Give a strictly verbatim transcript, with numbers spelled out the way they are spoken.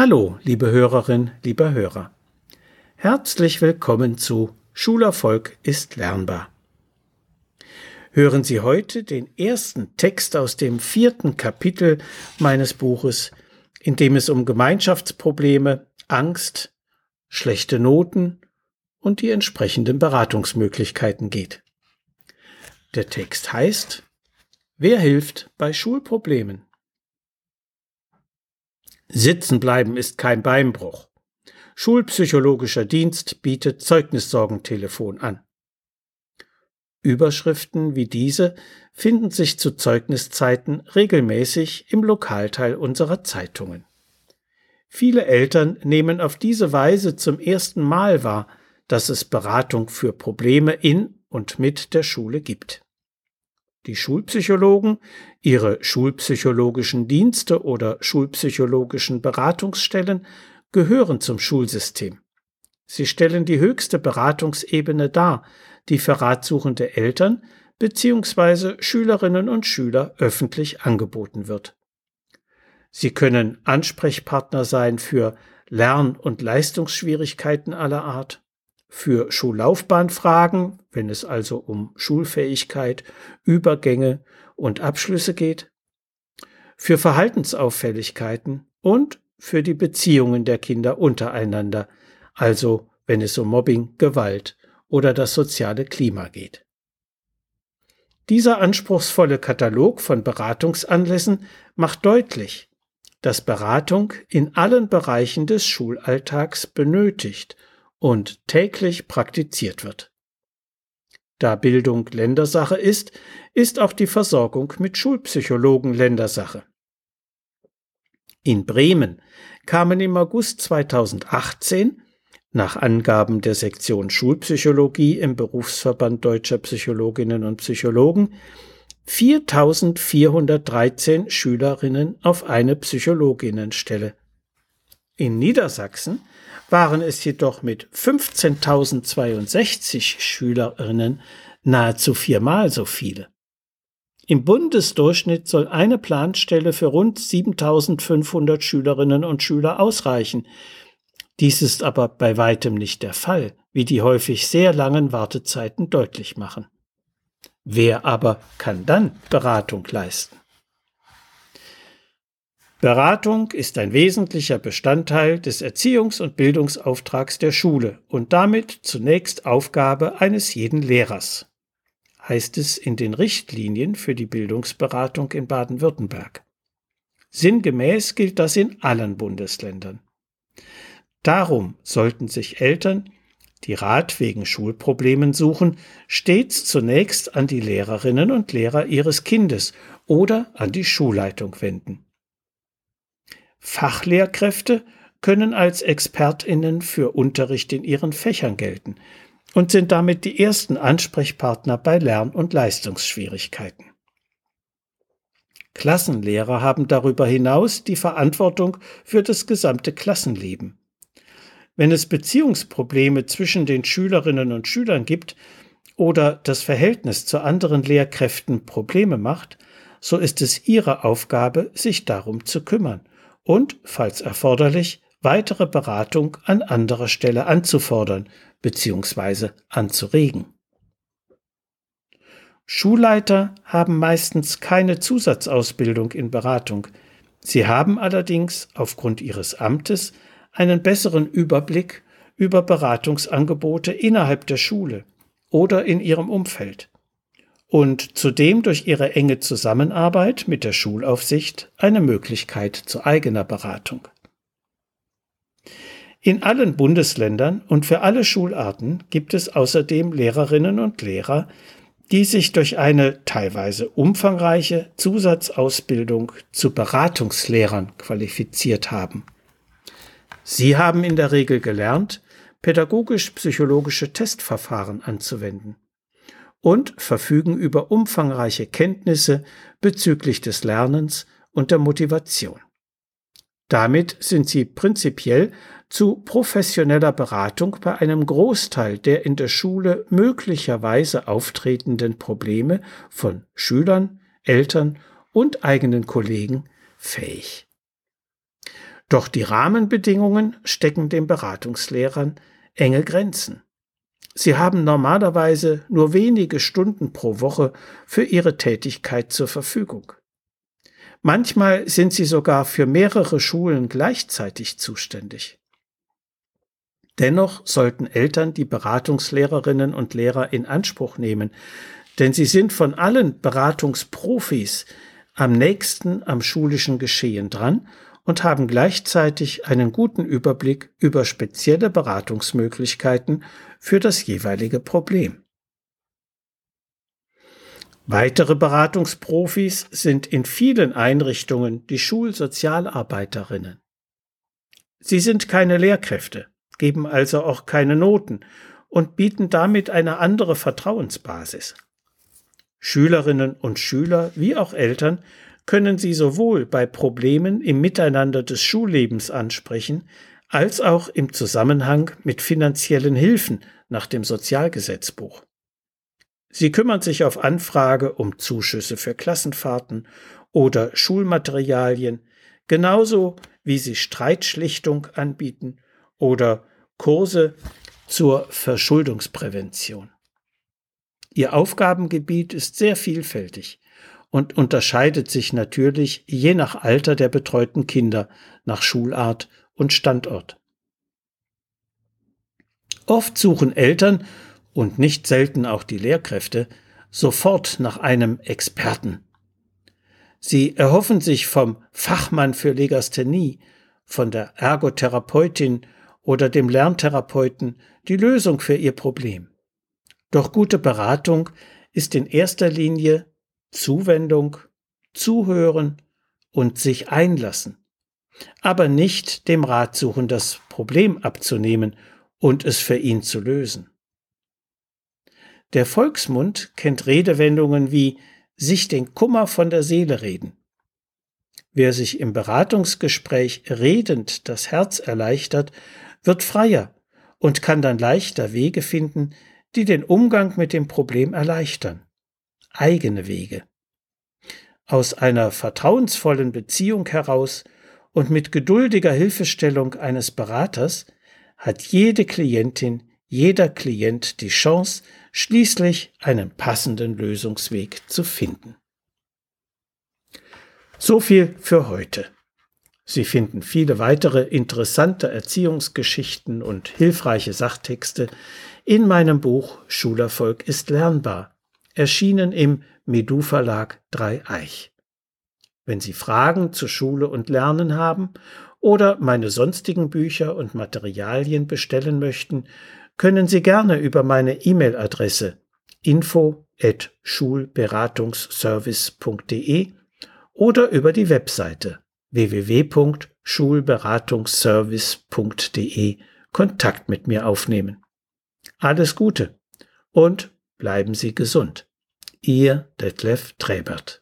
Hallo, liebe Hörerin, lieber Hörer. Herzlich willkommen zu Schulerfolg ist lernbar. Hören Sie heute den ersten Text aus dem vierten Kapitel meines Buches, in dem es um Gemeinschaftsprobleme, Angst, schlechte Noten und die entsprechenden Beratungsmöglichkeiten geht. Der Text heißt: Wer hilft bei Schulproblemen? Sitzen bleiben ist kein Beinbruch. Schulpsychologischer Dienst bietet Zeugnissorgentelefon an. Überschriften wie diese finden sich zu Zeugniszeiten regelmäßig im Lokalteil unserer Zeitungen. Viele Eltern nehmen auf diese Weise zum ersten Mal wahr, dass es Beratung für Probleme in und mit der Schule gibt. Die Schulpsychologen, ihre schulpsychologischen Dienste oder schulpsychologischen Beratungsstellen gehören zum Schulsystem. Sie stellen die höchste Beratungsebene dar, die für ratsuchende Eltern bzw. Schülerinnen und Schüler öffentlich angeboten wird. Sie können Ansprechpartner sein für Lern- und Leistungsschwierigkeiten aller Art, für Schullaufbahnfragen, wenn es also um Schulfähigkeit, Übergänge und Abschlüsse geht, für Verhaltensauffälligkeiten und für die Beziehungen der Kinder untereinander, also wenn es um Mobbing, Gewalt oder das soziale Klima geht. Dieser anspruchsvolle Katalog von Beratungsanlässen macht deutlich, dass Beratung in allen Bereichen des Schulalltags benötigt und täglich praktiziert wird. Da Bildung Ländersache ist, ist auch die Versorgung mit Schulpsychologen Ländersache. In Bremen kamen im August zweitausendachtzehn, nach Angaben der Sektion Schulpsychologie im Berufsverband Deutscher Psychologinnen und Psychologen, viertausendvierhundertdreizehn Schülerinnen auf eine Psychologinnenstelle. In Niedersachsen waren es jedoch mit fünfzehntausendzweiundsechzig Schülerinnen nahezu viermal so viele. Im Bundesdurchschnitt soll eine Planstelle für rund siebentausendfünfhundert Schülerinnen und Schüler ausreichen. Dies ist aber bei weitem nicht der Fall, wie die häufig sehr langen Wartezeiten deutlich machen. Wer aber kann dann Beratung leisten? Beratung ist ein wesentlicher Bestandteil des Erziehungs- und Bildungsauftrags der Schule und damit zunächst Aufgabe eines jeden Lehrers, heißt es in den Richtlinien für die Bildungsberatung in Baden-Württemberg. Sinngemäß gilt das in allen Bundesländern. Darum sollten sich Eltern, die Rat wegen Schulproblemen suchen, stets zunächst an die Lehrerinnen und Lehrer ihres Kindes oder an die Schulleitung wenden. Fachlehrkräfte können als ExpertInnen für Unterricht in ihren Fächern gelten und sind damit die ersten Ansprechpartner bei Lern- und Leistungsschwierigkeiten. Klassenlehrer haben darüber hinaus die Verantwortung für das gesamte Klassenleben. Wenn es Beziehungsprobleme zwischen den Schülerinnen und Schülern gibt oder das Verhältnis zu anderen Lehrkräften Probleme macht, so ist es ihre Aufgabe, sich darum zu kümmern und, falls erforderlich, weitere Beratung an anderer Stelle anzufordern bzw. anzuregen. Schulleiter haben meistens keine Zusatzausbildung in Beratung. Sie haben allerdings aufgrund ihres Amtes einen besseren Überblick über Beratungsangebote innerhalb der Schule oder in ihrem Umfeld und zudem durch ihre enge Zusammenarbeit mit der Schulaufsicht eine Möglichkeit zu eigener Beratung. In allen Bundesländern und für alle Schularten gibt es außerdem Lehrerinnen und Lehrer, die sich durch eine teilweise umfangreiche Zusatzausbildung zu Beratungslehrern qualifiziert haben. Sie haben in der Regel gelernt, pädagogisch-psychologische Testverfahren anzuwenden und verfügen über umfangreiche Kenntnisse bezüglich des Lernens und der Motivation. Damit sind sie prinzipiell zu professioneller Beratung bei einem Großteil der in der Schule möglicherweise auftretenden Probleme von Schülern, Eltern und eigenen Kollegen fähig. Doch die Rahmenbedingungen stecken den Beratungslehrern enge Grenzen. Sie haben normalerweise nur wenige Stunden pro Woche für ihre Tätigkeit zur Verfügung. Manchmal sind sie sogar für mehrere Schulen gleichzeitig zuständig. Dennoch sollten Eltern die Beratungslehrerinnen und Lehrer in Anspruch nehmen, denn sie sind von allen Beratungsprofis am nächsten am schulischen Geschehen dran und haben gleichzeitig einen guten Überblick über spezielle Beratungsmöglichkeiten für das jeweilige Problem. Weitere Beratungsprofis sind in vielen Einrichtungen die Schulsozialarbeiterinnen. Sie sind keine Lehrkräfte, geben also auch keine Noten und bieten damit eine andere Vertrauensbasis. Schülerinnen und Schüler wie auch Eltern können sie sowohl bei Problemen im Miteinander des Schullebens ansprechen, als auch im Zusammenhang mit finanziellen Hilfen nach dem Sozialgesetzbuch. Sie kümmern sich auf Anfrage um Zuschüsse für Klassenfahrten oder Schulmaterialien, genauso wie sie Streitschlichtung anbieten oder Kurse zur Verschuldungsprävention. Ihr Aufgabengebiet ist sehr vielfältig und unterscheidet sich natürlich je nach Alter der betreuten Kinder, nach Schulart und Standort. Oft suchen Eltern und nicht selten auch die Lehrkräfte sofort nach einem Experten. Sie erhoffen sich vom Fachmann für Legasthenie, von der Ergotherapeutin oder dem Lerntherapeuten die Lösung für ihr Problem. Doch gute Beratung ist in erster Linie Zuwendung, Zuhören und sich einlassen, aber nicht dem Rat suchen, das Problem abzunehmen und es für ihn zu lösen. Der Volksmund kennt Redewendungen wie sich den Kummer von der Seele reden. Wer sich im Beratungsgespräch redend das Herz erleichtert, wird freier und kann dann leichter Wege finden, die den Umgang mit dem Problem erleichtern. Eigene Wege. Aus einer vertrauensvollen Beziehung heraus und mit geduldiger Hilfestellung eines Beraters hat jede Klientin, jeder Klient die Chance, schließlich einen passenden Lösungsweg zu finden. So viel für heute. Sie finden viele weitere interessante Erziehungsgeschichten und hilfreiche Sachtexte in meinem Buch Schulerfolg ist lernbar, erschienen im Medu Verlag Dreieich. Wenn Sie Fragen zu Schule und Lernen haben oder meine sonstigen Bücher und Materialien bestellen möchten, können Sie gerne über meine E-Mail-Adresse info at schulberatungsservice punkt de oder über die Webseite w w w punkt schulberatungsservice punkt de Kontakt mit mir aufnehmen. Alles Gute und bleiben Sie gesund. Ihr Detlef Träbert.